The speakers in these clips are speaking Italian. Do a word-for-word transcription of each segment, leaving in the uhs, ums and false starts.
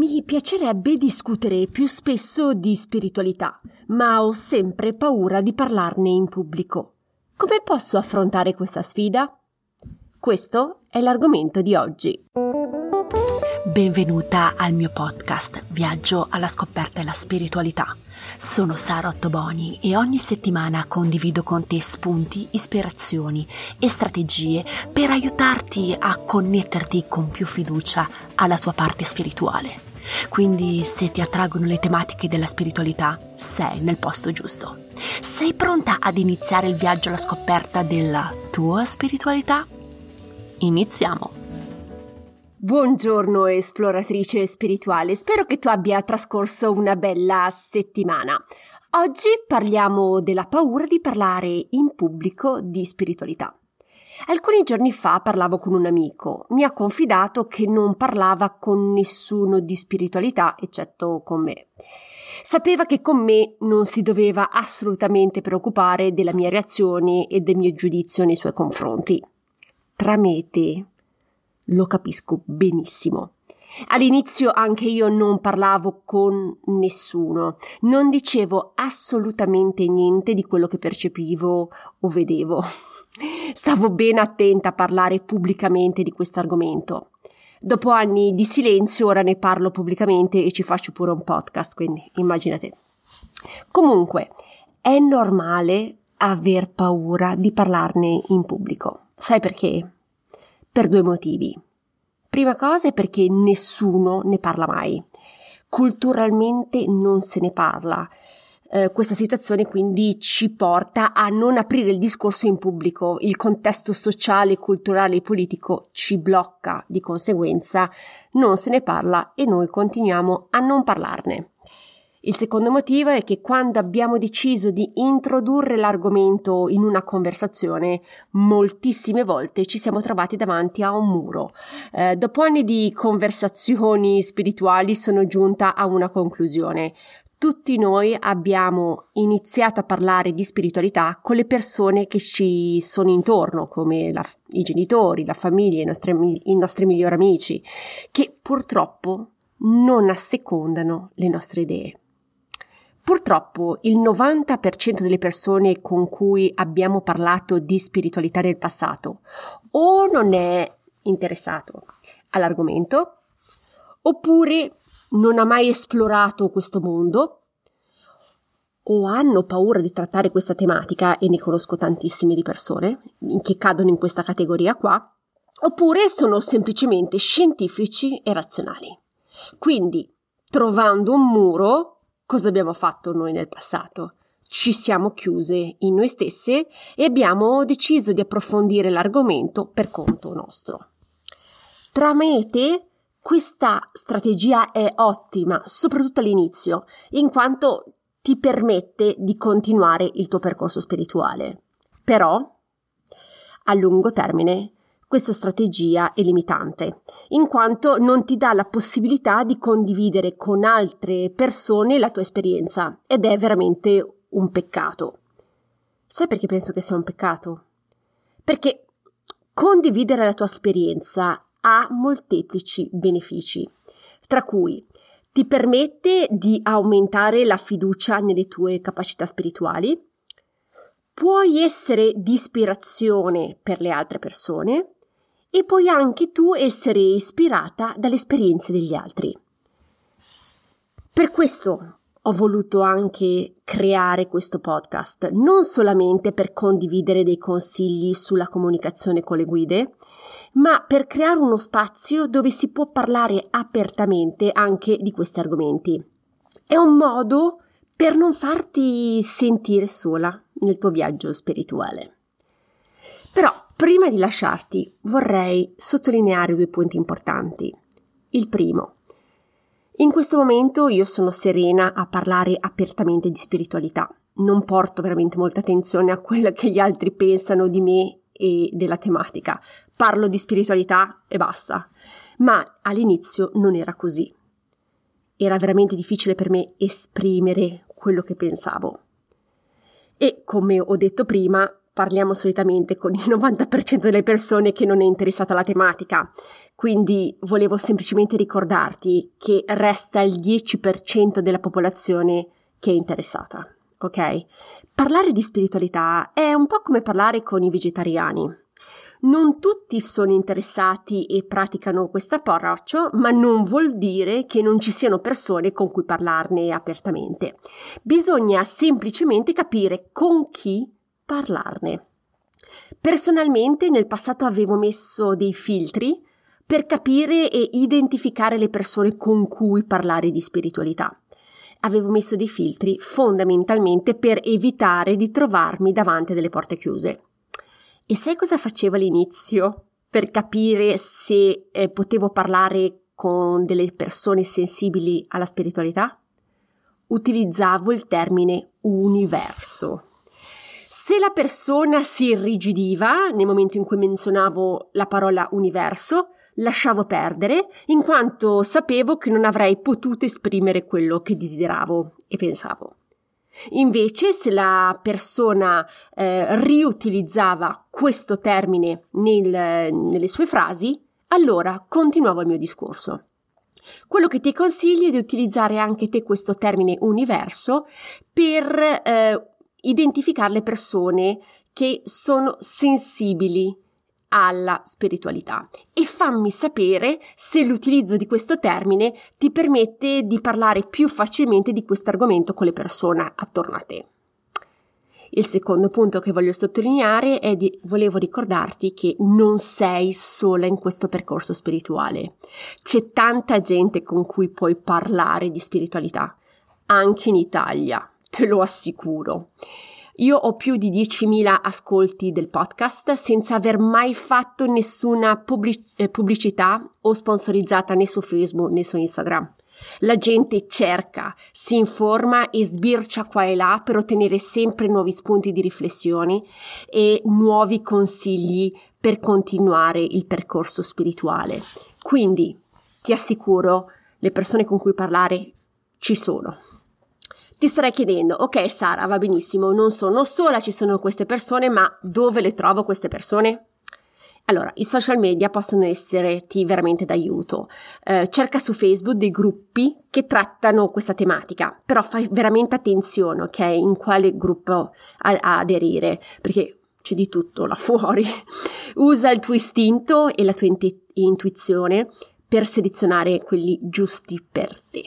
Mi piacerebbe discutere più spesso di spiritualità, ma ho sempre paura di parlarne in pubblico. Come posso affrontare questa sfida? Questo è l'argomento di oggi. Benvenuta al mio podcast Viaggio alla scoperta della spiritualità. Sono Sara Ottoboni e ogni settimana condivido con te spunti, ispirazioni e strategie per aiutarti a connetterti con più fiducia alla tua parte spirituale. Quindi, se ti attraggono le tematiche della spiritualità, sei nel posto giusto. Sei pronta ad iniziare il viaggio alla scoperta della tua spiritualità? Iniziamo! Buongiorno esploratrice spirituale, spero che tu abbia trascorso una bella settimana. Oggi parliamo della paura di parlare in pubblico di spiritualità. Alcuni giorni fa parlavo con un amico, mi ha confidato che non parlava con nessuno di spiritualità eccetto con me. Sapeva che con me non si doveva assolutamente preoccupare della mia reazione e del mio giudizio nei suoi confronti. Tramite Lo capisco benissimo. All'inizio anche io non parlavo con nessuno, non dicevo assolutamente niente di quello che percepivo o vedevo. Stavo ben attenta a parlare pubblicamente di questo argomento. Dopo anni di silenzio ora ne parlo pubblicamente e ci faccio pure un podcast, quindi immaginate. Comunque, è normale aver paura di parlarne in pubblico. Sai perché? Per due motivi. Prima cosa è perché nessuno ne parla mai. Culturalmente non se ne parla. Eh, questa situazione quindi ci porta a non aprire il discorso in pubblico. Il contesto sociale, culturale e politico ci blocca, di conseguenza non se ne parla e noi continuiamo a non parlarne. Il secondo motivo è che quando abbiamo deciso di introdurre l'argomento in una conversazione, moltissime volte ci siamo trovati davanti a un muro. Eh, dopo anni di conversazioni spirituali sono giunta a una conclusione. Tutti noi abbiamo iniziato a parlare di spiritualità con le persone che ci sono intorno, come la, i genitori, la famiglia, i nostri, i nostri migliori amici, che purtroppo non assecondano le nostre idee. Purtroppo il novanta per cento delle persone con cui abbiamo parlato di spiritualità nel passato o non è interessato all'argomento oppure non ha mai esplorato questo mondo o hanno paura di trattare questa tematica, e ne conosco tantissime di persone che cadono in questa categoria qua, oppure sono semplicemente scientifici e razionali. Quindi, trovando un muro, cosa abbiamo fatto noi nel passato? Ci siamo chiuse in noi stesse e abbiamo deciso di approfondire l'argomento per conto nostro. Tramite questa strategia è ottima, soprattutto all'inizio, in quanto ti permette di continuare il tuo percorso spirituale. Però, a lungo termine, questa strategia è limitante, in quanto non ti dà la possibilità di condividere con altre persone la tua esperienza, ed è veramente un peccato. Sai perché penso che sia un peccato? Perché condividere la tua esperienza ha molteplici benefici, tra cui ti permette di aumentare la fiducia nelle tue capacità spirituali, puoi essere di ispirazione per le altre persone e puoi anche tu essere ispirata dalle esperienze degli altri. Per questo ho voluto anche creare questo podcast, non solamente per condividere dei consigli sulla comunicazione con le guide, ma per creare uno spazio dove si può parlare apertamente anche di questi argomenti. È un modo per non farti sentire sola nel tuo viaggio spirituale. Però, prima di lasciarti, vorrei sottolineare due punti importanti. Il primo: in questo momento io sono serena a parlare apertamente di spiritualità. Non porto veramente molta attenzione a quello che gli altri pensano di me e della tematica. Parlo di spiritualità e basta. Ma all'inizio non era così. Era veramente difficile per me esprimere quello che pensavo. E come ho detto prima, parliamo solitamente con il novanta per cento delle persone che non è interessata alla tematica, quindi volevo semplicemente ricordarti che resta il dieci per cento della popolazione che è interessata, ok? Parlare di spiritualità è un po' come parlare con i vegetariani. Non tutti sono interessati e praticano questo approccio, ma non vuol dire che non ci siano persone con cui parlarne apertamente. Bisogna semplicemente capire con chi parlarne. Personalmente nel passato avevo messo dei filtri per capire e identificare le persone con cui parlare di spiritualità. Avevo messo dei filtri fondamentalmente per evitare di trovarmi davanti a delle porte chiuse. E sai cosa facevo all'inizio per capire se eh, potevo parlare con delle persone sensibili alla spiritualità? Utilizzavo il termine universo. Se la persona si irrigidiva nel momento in cui menzionavo la parola universo, lasciavo perdere, in quanto sapevo che non avrei potuto esprimere quello che desideravo e pensavo. Invece, se la persona eh, riutilizzava questo termine nel, nelle sue frasi, allora continuavo il mio discorso. Quello che ti consiglio è di utilizzare anche te questo termine universo per eh, identificare le persone che sono sensibili alla spiritualità e fammi sapere se l'utilizzo di questo termine ti permette di parlare più facilmente di questo argomento con le persone attorno a te. Il secondo punto che voglio sottolineare è di volevo ricordarti che non sei sola in questo percorso spirituale. C'è tanta gente con cui puoi parlare di spiritualità, anche in Italia, te lo assicuro. Io ho più di diecimila ascolti del podcast senza aver mai fatto nessuna pubblic- pubblicità o sponsorizzata né su Facebook né su Instagram. La gente cerca, si informa e sbircia qua e là per ottenere sempre nuovi spunti di riflessione e nuovi consigli per continuare il percorso spirituale. Quindi ti assicuro, le persone con cui parlare ci sono. Ti starai chiedendo, ok Sara, va benissimo, non sono sola, ci sono queste persone, ma dove le trovo queste persone? Allora, i social media possono esserti veramente d'aiuto. Eh, cerca su Facebook dei gruppi che trattano questa tematica, però fai veramente attenzione, ok, in quale gruppo a- a aderire, perché c'è di tutto là fuori. Usa il tuo istinto e la tua intu- intuizione per selezionare quelli giusti per te.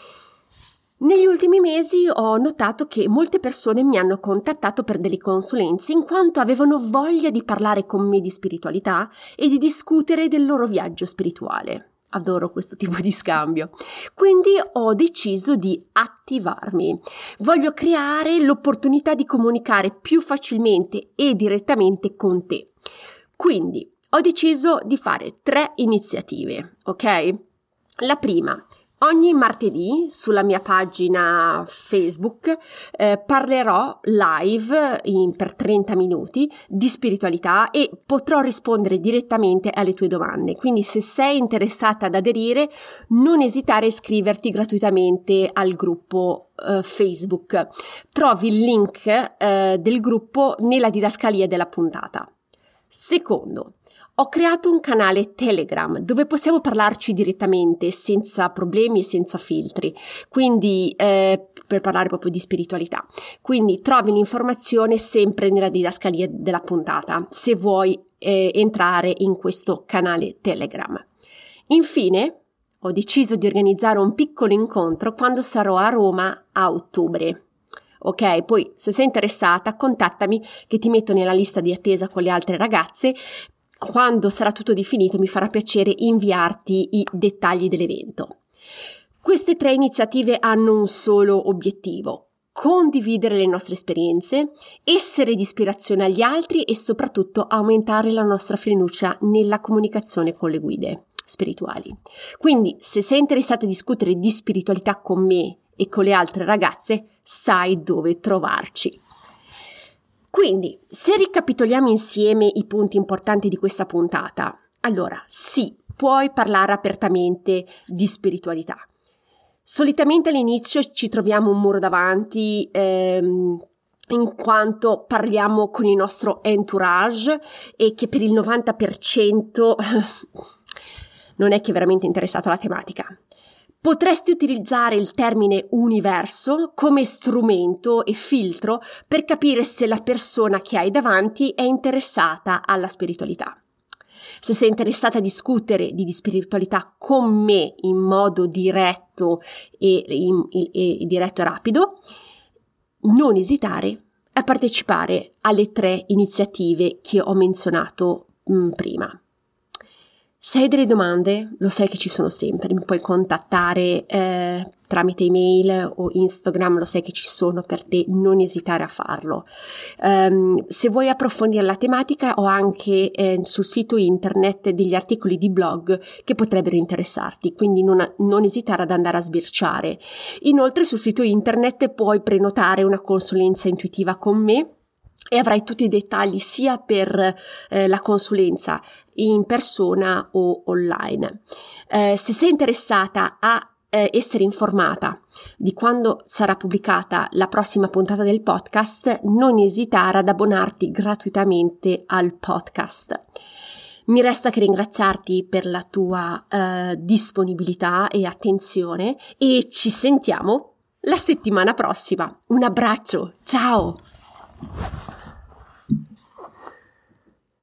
Negli ultimi mesi ho notato che molte persone mi hanno contattato per delle consulenze in quanto avevano voglia di parlare con me di spiritualità e di discutere del loro viaggio spirituale. Adoro questo tipo di scambio. Quindi ho deciso di attivarmi. Voglio creare l'opportunità di comunicare più facilmente e direttamente con te. Quindi ho deciso di fare tre iniziative, ok? La prima. Ogni martedì sulla mia pagina Facebook eh, parlerò live in, per trenta minuti di spiritualità e potrò rispondere direttamente alle tue domande. Quindi se sei interessata ad aderire, non esitare a iscriverti gratuitamente al gruppo eh, Facebook. Trovi il link eh, del gruppo nella didascalia della puntata. Secondo, ho creato un canale Telegram dove possiamo parlarci direttamente, senza problemi e senza filtri, quindi eh, per parlare proprio di spiritualità. Quindi trovi l'informazione sempre nella didascalia della puntata, se vuoi eh, entrare in questo canale Telegram. Infine, ho deciso di organizzare un piccolo incontro quando sarò a Roma a ottobre. Ok, poi se sei interessata contattami che ti metto nella lista di attesa con le altre ragazze. Quando sarà tutto definito mi farà piacere inviarti i dettagli dell'evento. Queste tre iniziative hanno un solo obiettivo: condividere le nostre esperienze, essere di ispirazione agli altri e soprattutto aumentare la nostra fiducia nella comunicazione con le guide spirituali. Quindi, se sei interessata a discutere di spiritualità con me e con le altre ragazze, sai dove trovarci. Quindi, se ricapitoliamo insieme i punti importanti di questa puntata, allora sì, puoi parlare apertamente di spiritualità. Solitamente all'inizio ci troviamo un muro davanti, ehm, in quanto parliamo con il nostro entourage e che per il novanta per cento non è che è veramente interessato alla tematica. Potresti utilizzare il termine universo come strumento e filtro per capire se la persona che hai davanti è interessata alla spiritualità. Se sei interessata a discutere di spiritualità con me in modo diretto e, in, e, e diretto e rapido, non esitare a partecipare alle tre iniziative che ho menzionato mh, prima. Se hai delle domande, lo sai che ci sono sempre, mi puoi contattare eh, tramite email o Instagram, lo sai che ci sono per te, non esitare a farlo. Um, se vuoi approfondire la tematica, ho anche eh, sul sito internet degli articoli di blog che potrebbero interessarti, quindi non, non esitare ad andare a sbirciare. Inoltre sul sito internet puoi prenotare una consulenza intuitiva con me e avrai tutti i dettagli sia per eh, la consulenza in persona o online. Eh, se sei interessata a eh, essere informata di quando sarà pubblicata la prossima puntata del podcast, non esitare ad abbonarti gratuitamente al podcast. Mi resta che ringraziarti per la tua eh, disponibilità e attenzione e ci sentiamo la settimana prossima. Un abbraccio, ciao!